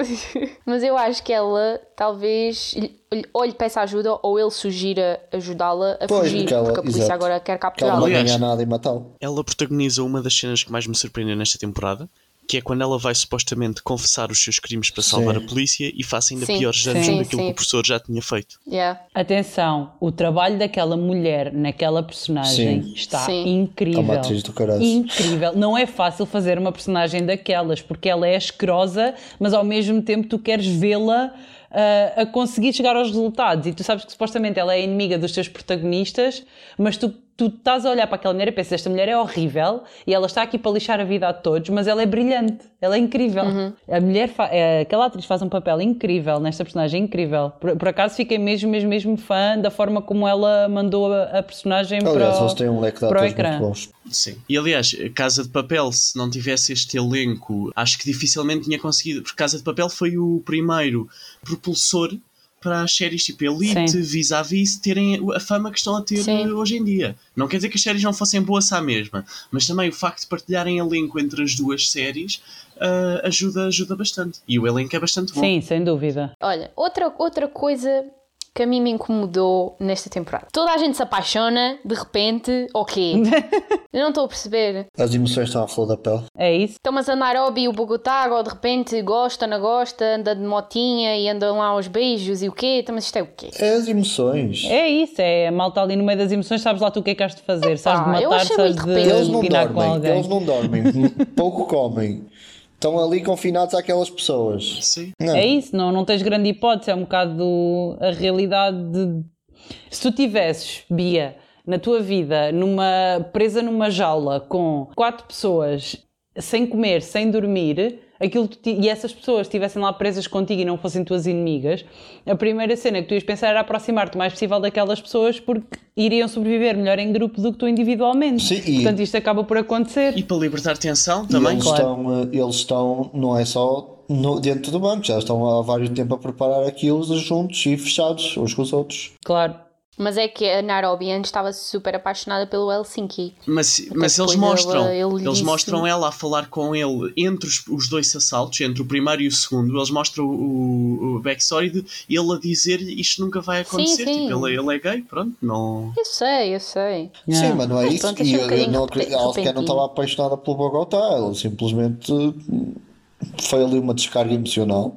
Mas eu acho que ela talvez ou lhe peça ajuda ou ele sugira ajudá-la a pois, fugir, porque, ela, porque a polícia exato, agora quer capturá-la. Ela não ganha nada e matá-la. Ela protagoniza uma das cenas que mais me surpreendeu nesta temporada, que é quando ela vai supostamente confessar os seus crimes para salvar sim. a polícia e faz ainda sim, piores danos daquilo sim. que o professor já tinha feito. Yeah. Atenção, o trabalho daquela mulher naquela personagem sim. está sim. incrível. É uma atriz do caralho. Incrível. Não é fácil fazer uma personagem daquelas, porque ela é asquerosa, mas ao mesmo tempo tu queres vê-la uh, a conseguir chegar aos resultados. E tu sabes que supostamente ela é inimiga dos teus protagonistas, mas tu tu estás a olhar para aquela mulher e pensas, esta mulher é horrível e ela está aqui para lixar a vida a todos, mas ela é brilhante, ela é incrível. Uhum. A mulher, fa- é, aquela atriz faz um papel incrível nesta personagem, incrível. Por, por acaso fiquei mesmo, mesmo, mesmo fã da forma como ela mandou a, a personagem aliás, para, eles têm um leque de para o atores ecrã. Muito bons. Sim. E aliás, Casa de Papel, se não tivesse este elenco, acho que dificilmente tinha conseguido, porque Casa de Papel foi o primeiro propulsor para as séries tipo Elite, sim. Vis-a-Vis terem a fama que estão a ter sim. hoje em dia. Não quer dizer que as séries não fossem boas à mesma, mas também o facto de partilharem elenco entre as duas séries uh, ajuda, ajuda bastante. E o elenco é bastante bom. Sim, sem dúvida. Olha, outra, outra coisa que a mim me incomodou nesta temporada. Toda a gente se apaixona, de repente, o quê? Eu não estou a perceber. As emoções estão à flor da pele. É isso. Então, mas a Nairobi e o Bogotá, agora de repente gosta, não gosta, anda de motinha e andam lá aos beijos e o quê? Então, mas isto é o quê? É as emoções. É isso, é a malta ali no meio das emoções, sabes lá tu o que é que has de fazer. Epá, sabes de matar, sabes de, de eles não pinar com dormem, alguém. Eles não dormem, pouco comem. Estão ali confinados àquelas pessoas. Sim. Não. É isso, não, não tens grande hipótese, é um bocado a realidade de... Se tu tivesses, Bia, na tua vida, numa, presa numa jaula com quatro pessoas, sem comer, sem dormir, aquilo tu, e essas pessoas estivessem lá presas contigo e não fossem tuas inimigas, a primeira cena que tu ias pensar era aproximar-te o mais possível daquelas pessoas porque iriam sobreviver melhor em grupo do que tu individualmente. Sim, e, portanto, isto acaba por acontecer. E para libertar tensão e também. eles, Claro. estão, eh, eles estão, não é só no, dentro do banco, já estão há vários tempo a preparar aquilo juntos e fechados uns com os outros. Claro. Mas é que a Nairobi antes estava super apaixonada pelo Helsinki. Mas, mas depois eles mostram, ele- ele eles disse- mostram ela a falar com ele entre os, os dois assaltos, entre o primeiro e o segundo. Eles mostram o, o backstory de ele a dizer isto nunca vai acontecer. Sim, sim. Tipo, ele, ele é gay, pronto, não. Eu sei, eu sei. Yeah. Sim, mas não é Mas isso. pronto, E achei um eu, eu bocadinho não repre- acredito, ela sequer não repentino. estava apaixonada pelo Bogotá, ela simplesmente foi ali uma descarga emocional.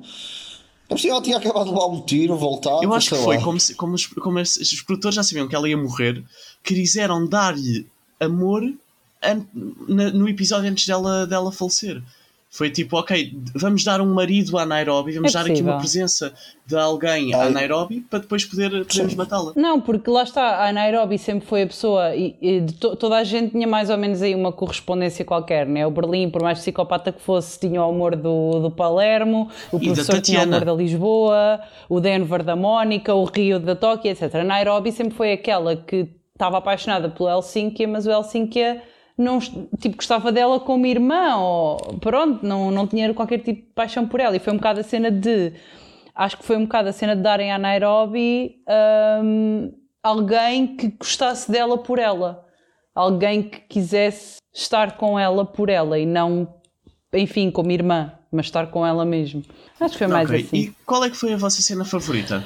Mas ela tinha acabado de levar um tiro, voltado. Eu acho que sei foi lá. como, se, como, os, como os, os produtores já sabiam que ela ia morrer, quiseram dar-lhe amor an- na- no episódio antes dela, dela falecer. Foi tipo, ok, vamos dar um marido à Nairobi, vamos É dar aqui possível. uma presença de alguém à Ai. Nairobi para depois poder, podermos matá-la. Não, porque lá está, a Nairobi sempre foi a pessoa, e, e de to- toda a gente tinha mais ou menos aí uma correspondência qualquer, né? O Berlim, por mais psicopata que fosse, tinha o humor do, do Palermo, o E da professor tinha o Tatiana. humor da Lisboa, o Denver da Mónica, o Rio da Tóquio, etcétera. A Nairobi sempre foi aquela que estava apaixonada pelo Helsínquia, mas o Helsínquia não, tipo, gostava dela como irmã, ou pronto, não, não tinha qualquer tipo de paixão por ela, e foi um bocado a cena de... Acho que foi um bocado a cena de darem à Nairobi hum, alguém que gostasse dela por ela. Alguém que quisesse estar com ela por ela e não, enfim, como irmã, mas estar com ela mesmo. Acho que foi mais Ok, assim. e qual é que foi a vossa cena favorita?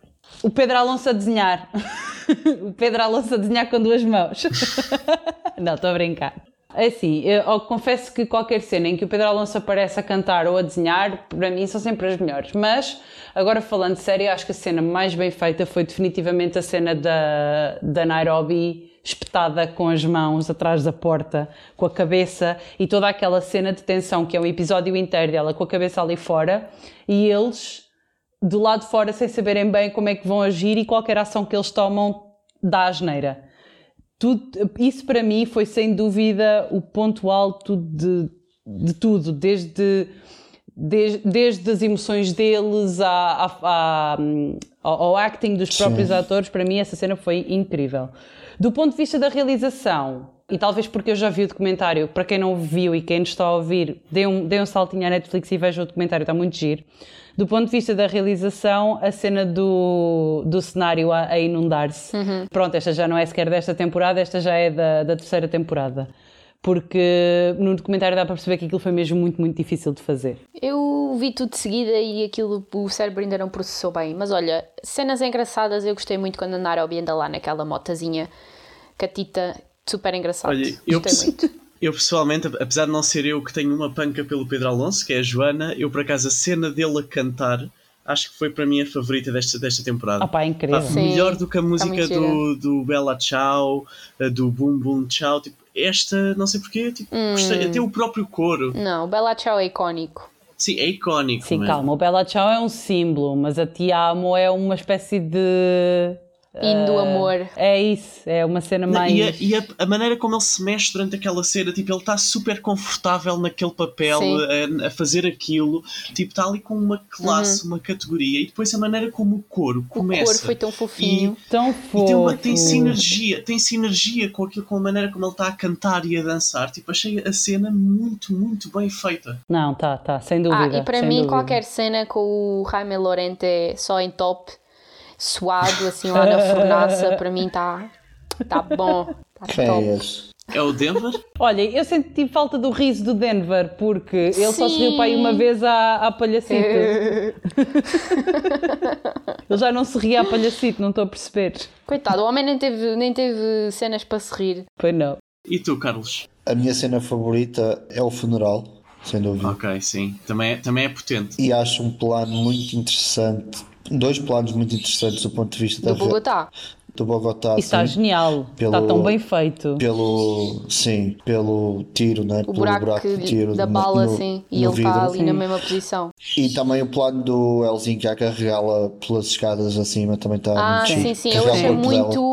O Pedro Alonso a desenhar. O Pedro Alonso a desenhar com duas mãos. Não, estou a brincar. É assim, eu, eu confesso que qualquer cena em que o Pedro Alonso aparece a cantar ou a desenhar, para mim são sempre as melhores. Mas, agora falando sério, eu acho que a cena mais bem feita foi definitivamente a cena da, da Nairobi espetada com as mãos atrás da porta, com a cabeça, e toda aquela cena de tensão, que é um episódio inteiro dela com a cabeça ali fora, e eles do lado de fora sem saberem bem como é que vão agir, e qualquer ação que eles tomam dá asneira. Tudo, isso para mim foi sem dúvida o ponto alto de, de tudo, desde, desde, desde as emoções deles à, à, à, ao, ao acting dos próprios Sim. atores. Para mim essa cena foi incrível. Do ponto de vista da realização, e talvez porque eu já vi o documentário, para quem não viu e quem nos está a ouvir, dê um, dê um saltinho à Netflix e veja o documentário, está muito giro. Do ponto de vista da realização, a cena do, do cenário a, a inundar-se. Uhum. Pronto, esta já não é sequer desta temporada, esta já é da, da terceira temporada. Porque no documentário dá para perceber que aquilo foi mesmo muito, muito difícil de fazer. Eu vi tudo de seguida e aquilo o cérebro ainda não processou bem. Mas olha, cenas engraçadas, eu gostei muito quando a Nairobi anda lá naquela motazinha catita, super engraçado. Olha, eu, Gostei pe- muito. eu pessoalmente, apesar de não ser eu que tenho uma panca pelo Pedro Alonso, que é a Joana, eu por acaso a cena dele a cantar, acho que foi para mim a favorita desta, desta temporada. Ah pá, é incrível. Pá, Sim, melhor do que a música muito do, do Bella Ciao, a do Boom Boom Ciao, tipo, esta, não sei porquê, tipo, Hum. gostei, até o próprio coro. Não, o Bella Ciao é icónico. Sim, é icónico. Sim, mesmo. calma, o Bella Ciao é um símbolo, mas a Ti Amo é uma espécie de... Hino do amor. É isso, é uma cena Não, mais... E, a, e a, a maneira como ele se mexe durante aquela cena, tipo, ele está super confortável naquele papel, a, a fazer aquilo, tipo, está ali com uma classe, uma categoria, e depois a maneira como o coro O começa. cor foi tão fofinho. Tão E fofo. tem, uma, tem sinergia, tem sinergia com aquilo, com a maneira como ele está a cantar e a dançar. Tipo, achei a cena muito, muito bem feita. Não, tá, tá, sem Ah, dúvida. e para sem mim dúvida. qualquer cena com o Jaime Lorente só em top, suado assim lá na fornaça, para mim está tá bom, está Quem top. é esse? É o Denver? Olha, eu senti falta do riso do Denver, porque ele só se riu para aí uma vez à, à palhacita. Ele já não se ria à palhacita, não estou a perceber. Coitado, o homem nem teve, nem teve cenas para se rir. Pois não. E tu, Carlos? A minha cena favorita é o funeral, sem dúvida. Ok, sim. Também é, também é potente. E acho um plano muito interessante, dois planos muito interessantes do ponto de vista Do da re- Bogotá. do Bogotá, Isso está sim. genial. Pelo- Está tão bem feito. Pelo, sim, pelo tiro, né? O pelo buraco, de que- tiro da no- bala, no- assim, e no ele está vidro. ali Sim. na mesma posição. E também o plano do Elzinho que a carregá-la pelas escadas acima também está Ah, muito sim, chique. sim, eu Carregar o achei corpo dela. muito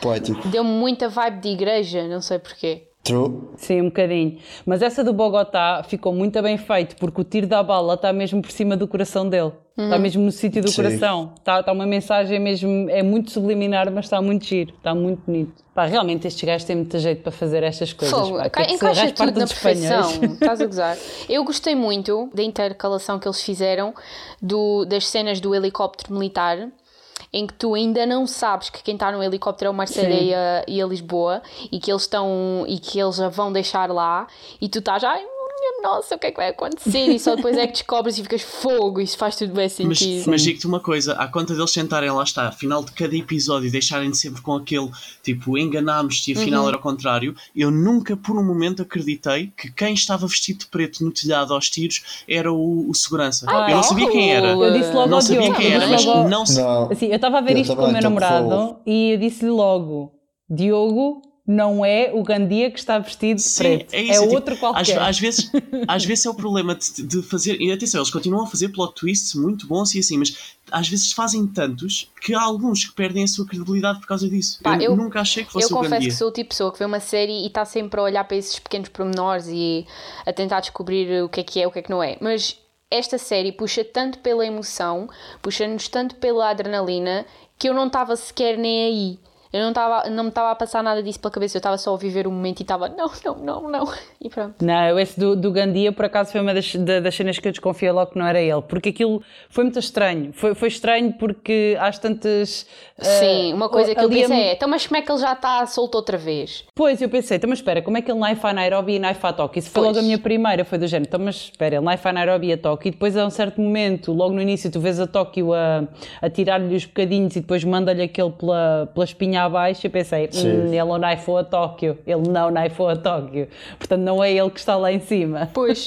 Poético. Deu-me muita vibe de igreja, não sei porquê. True. Sim, um bocadinho. Mas essa do Bogotá ficou muito bem feito, porque o tiro da bala está mesmo por cima do coração dele. Uhum. Está mesmo no sítio do Sim. coração. Está, está uma mensagem mesmo, é muito subliminar, mas está muito giro, está muito bonito. Pá, realmente estes gajos têm muito jeito para fazer estas coisas. Fogo, Pá, que é que se encaixa raspa tudo na dos espanhóis. perfeição. Estás a gozar. Eu gostei muito da intercalação que eles fizeram do, das cenas do helicóptero militar, em que tu ainda não sabes que quem está no helicóptero é o Marcelo e a, e a Lisboa, e que eles estão e que eles a vão deixar lá, e tu estás, ai, minha nossa, o que é que vai acontecer? E só depois é que descobres e ficas fogo, isso faz tudo bem sentido. Mas, mas digo-te uma coisa, à conta deles sentarem lá está, afinal de cada episódio e deixarem sempre com aquele tipo, enganámos-te e afinal uhum. era o contrário, eu nunca por um momento acreditei que quem estava vestido de preto no telhado aos tiros era o, o segurança. Ah, eu não sabia quem era. Eu disse logo não ao sabia Diogo. quem era, mas logo... não sei. Assim, eu estava a ver eu isto com o meu namorado e eu disse-lhe logo, Diogo, não é o Gandia que está vestido de Sim, preto, é, isso, é tipo, outro qualquer. Às, às, vezes, às vezes é o problema de, de fazer, e atenção, eles continuam a fazer plot twists muito bons e assim, mas às vezes fazem tantos que há alguns que perdem a sua credibilidade por causa disso. Pá, eu, eu nunca achei que fosse eu o Gandia. confesso que sou o tipo de pessoa que vê uma série e está sempre a olhar para esses pequenos pormenores e a tentar descobrir o que é que é, o que é que não é, mas esta série puxa tanto pela emoção, puxa-nos tanto pela adrenalina, que eu não estava sequer nem aí. Eu não, tava, não me estava a passar nada disso pela cabeça, eu estava só a viver o momento e estava não, não, não, não, e pronto. Não, esse do, do Gandia, por acaso, foi uma das, das cenas que eu desconfiei logo que não era ele, porque aquilo foi muito estranho, foi, foi estranho porque às tantas... Sim, uh, uma coisa que eu pensei a... é, então mas como é que ele já está solto outra vez? Pois, eu pensei, então mas espera, como é que ele naifa a Nairobi e naifa a Tóquio? Isso foi pois. Logo a minha primeira, foi do género, então mas espera, ele naifa a Nairobi e a Tóquio, e depois a um certo momento, logo no início, tu vês a Tóquio a, a tirar-lhe os bocadinhos e depois manda-lhe aquele pela, pela espinha abaixo, eu pensei, hum, ele não naifou a Tóquio, ele não naifou a Tóquio, portanto não é ele que está lá em cima. Pois.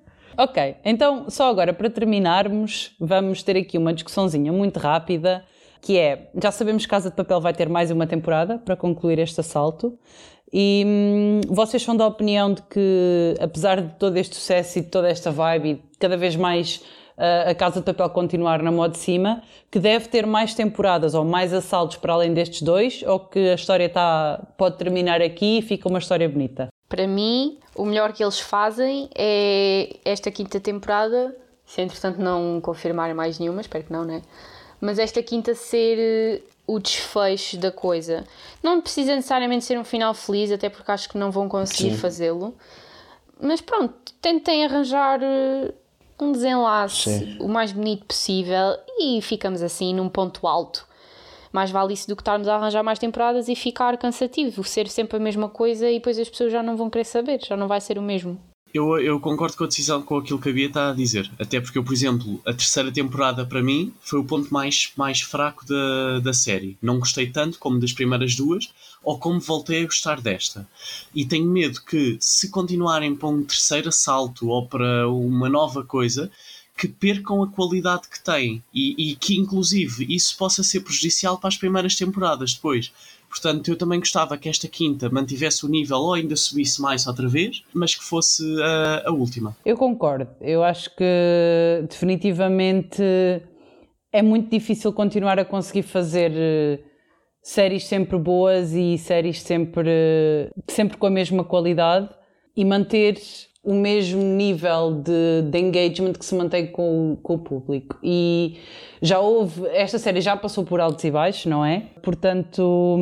Ok, então só agora para terminarmos, vamos ter aqui uma discussãozinha muito rápida, que é, já sabemos que Casa de Papel vai ter mais uma temporada para concluir este assalto e hum, vocês são da opinião de que, apesar de todo este sucesso e de toda esta vibe e cada vez mais uh, a Casa de Papel continuar na moda de cima, que deve ter mais temporadas ou mais assaltos para além destes dois, ou que a história tá, pode terminar aqui e fica uma história bonita? Para mim, o melhor que eles fazem é esta quinta temporada, se entretanto não confirmarem mais nenhuma, espero que não, né? Mas esta quinta ser o desfecho da coisa. Não precisa necessariamente ser um final feliz, até porque acho que não vão conseguir Sim. fazê-lo. Mas pronto, tentem arranjar um desenlace Sim. o mais bonito possível e ficamos assim num ponto alto. Mais vale isso do que estarmos a arranjar mais temporadas e ficar cansativo, ser sempre a mesma coisa e depois as pessoas já não vão querer saber, já não vai ser o mesmo. Eu, eu concordo com a decisão, com aquilo que a Bia está a dizer. Até porque eu, por exemplo, a terceira temporada para mim foi o ponto mais, mais fraco da, da série. Não gostei tanto como das primeiras duas, ou como voltei a gostar desta. E tenho medo que, se continuarem para um terceiro assalto ou para uma nova coisa, que percam a qualidade que têm. E, e que, inclusive, isso possa ser prejudicial para as primeiras temporadas depois. Portanto, eu também gostava que esta quinta mantivesse o nível ou ainda subisse mais outra vez, mas que fosse a, a última. Eu concordo. Eu acho que definitivamente é muito difícil continuar a conseguir fazer séries sempre boas e séries sempre, sempre com a mesma qualidade e manter o mesmo nível de, de engagement que se mantém com, com o público. E já houve, esta série já passou por altos e baixos, não é? Portanto,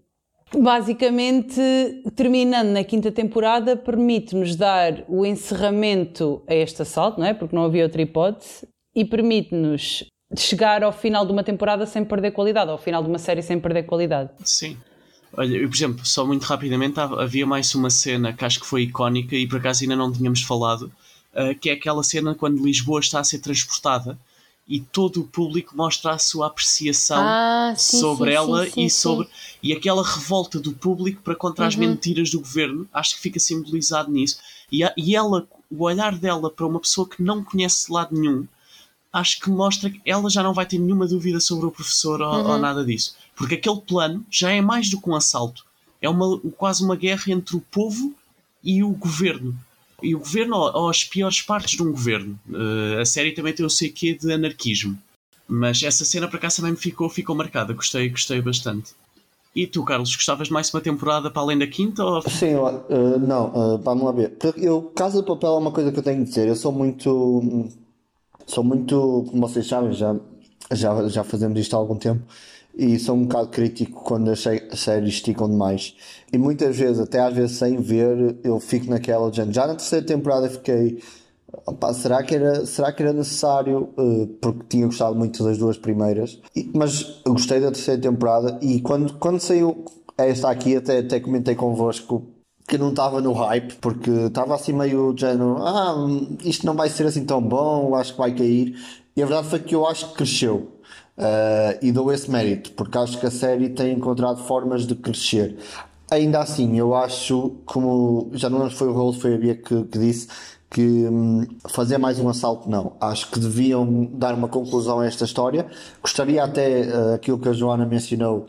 basicamente, terminando na quinta temporada, permite-nos dar o encerramento a este assalto, não é? Porque não havia outra hipótese, e permite-nos chegar ao final de uma temporada sem perder qualidade, ao final de uma série sem perder qualidade. Sim. Olha, eu, por exemplo, só muito rapidamente, havia mais uma cena que acho que foi icónica e por acaso ainda não tínhamos falado, uh, que é aquela cena quando Lisboa está a ser transportada e todo o público mostra a sua apreciação ah, sim, sobre sim, ela sim, sim, e sobre sim. e aquela revolta do público para contra as uhum. mentiras do governo, acho que fica simbolizado nisso. E, a, e ela, o olhar dela para uma pessoa que não conhece lado nenhum, acho que mostra que ela já não vai ter nenhuma dúvida sobre o professor ou, uhum. ou nada disso. Porque aquele plano já é mais do que um assalto. É uma, quase uma guerra entre o povo e o governo. E o governo, ou, ou as piores partes de um governo. Uh, a série também tem o sei quê de anarquismo. Mas essa cena, por acaso, também me ficou, ficou marcada. Gostei, gostei bastante. E tu, Carlos, gostavas de mais uma temporada para além da quinta? Ou... Sim, uh, não, uh, vamos lá ver. Eu, Casa de Papel é uma coisa que eu tenho de dizer. Eu sou muito. Sou muito. Como vocês sabem, já, já, já fazemos isto há algum tempo. E sou um bocado crítico quando as séries esticam demais. E muitas vezes, até às vezes sem ver, eu fico naquela. Já na terceira temporada fiquei. Opa, será, que era, será que era necessário? Uh, porque tinha gostado muito das duas primeiras. E, mas eu gostei da terceira temporada. E quando, quando saiu esta aqui, até, até comentei convosco que não estava no hype, porque estava assim meio de género, ah, isto não vai ser assim tão bom, acho que vai cair. E a verdade foi que eu acho que cresceu. Uh, e dou esse mérito, porque acho que a série tem encontrado formas de crescer. Ainda assim, eu acho, como já não foi o Raul, foi a Bia que, que disse, que hum, fazer mais um assalto não. Acho que deviam dar uma conclusão a esta história. Gostaria até, uh, aquilo que a Joana mencionou,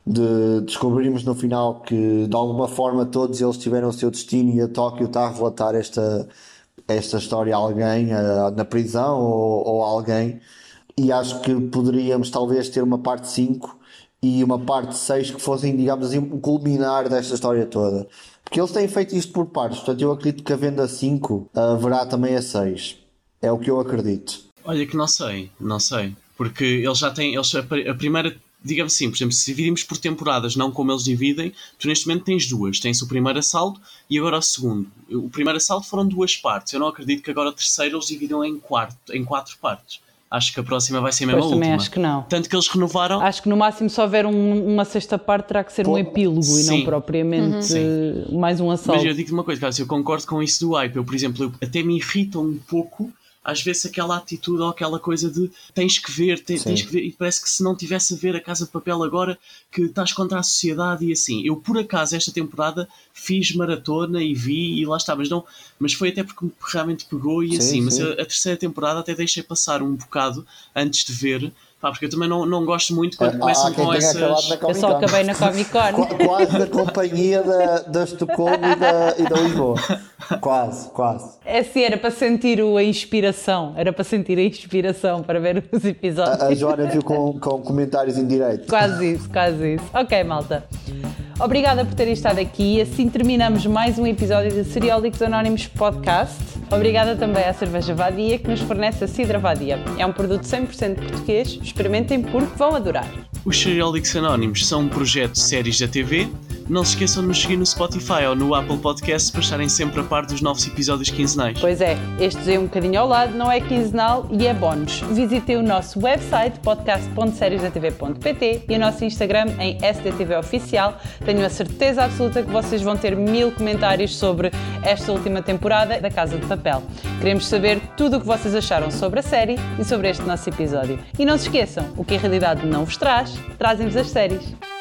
de descobrirmos no final que de alguma forma todos eles tiveram o seu destino e a Tóquio está a relatar esta, esta história a alguém uh, na prisão ou, ou a alguém. E acho que poderíamos talvez ter uma parte cinco e uma parte seis que fossem, digamos assim, um culminar desta história toda. Porque eles têm feito isto por partes, portanto eu acredito que havendo a cinco, haverá também a seis. É o que eu acredito. Olha que não sei, não sei. Porque eles já têm, eles, a primeira, digamos assim, por exemplo, se dividimos por temporadas, não como eles dividem, tu neste momento tens duas. Tens o primeiro assalto e agora o segundo. O primeiro assalto foram duas partes. Eu não acredito que agora o terceiro eles dividam em, quarto, em quatro partes. Acho que a próxima vai ser mesmo pois a também última. Acho que não. Tanto que eles renovaram. Acho que no máximo se houver um, uma sexta parte terá que ser Pô, um epílogo sim. e não propriamente uhum. mais um assalto. Mas eu digo-te uma coisa, Carlos, eu concordo com isso do hype. Eu, por exemplo, eu, até me irritam um pouco às vezes aquela atitude ou aquela coisa de tens que ver, tens, tens que ver, e parece que se não tivesse a ver a Casa de Papel agora que estás contra a sociedade e assim. Eu por acaso esta temporada fiz maratona e vi e lá está, mas, não, mas foi até porque realmente pegou e sim, assim, sim. Mas a, a terceira temporada até deixei passar um bocado antes de ver. Pá, porque eu também não, não gosto muito quando ah, começam com essas... Eu só acabei na Comic Con. Quase da companhia da, da Estocolmo e da, e da Lisboa. Quase, quase. É assim, era para sentir a inspiração. Era para sentir a inspiração para ver os episódios. A, a Joana viu com, com comentários em direito. Quase isso, quase isso. Ok, malta. Obrigada por terem estado aqui. Assim terminamos mais um episódio do Seriólicos Anónimos Podcast. Obrigada também à Cerveja Vadia, que nos fornece a Cidra Vadia. É um produto cem por cento português. Experimentem porque vão adorar. Os Seriólicos Anónimos são um projeto de séries da T V. Não se esqueçam de nos seguir no Spotify ou no Apple Podcasts para estarem sempre a par dos novos episódios quinzenais. Pois é, este é um bocadinho ao lado, não é quinzenal e é bónus. Visitem o nosso website podcast ponto series da t v ponto p t e o nosso Instagram em S D T V Oficial. Tenho a certeza absoluta que vocês vão ter mil comentários sobre esta última temporada da Casa de Papel. Queremos saber tudo o que vocês acharam sobre a série e sobre este nosso episódio. E não se esqueçam, o que a realidade não vos traz, trazem-vos as séries.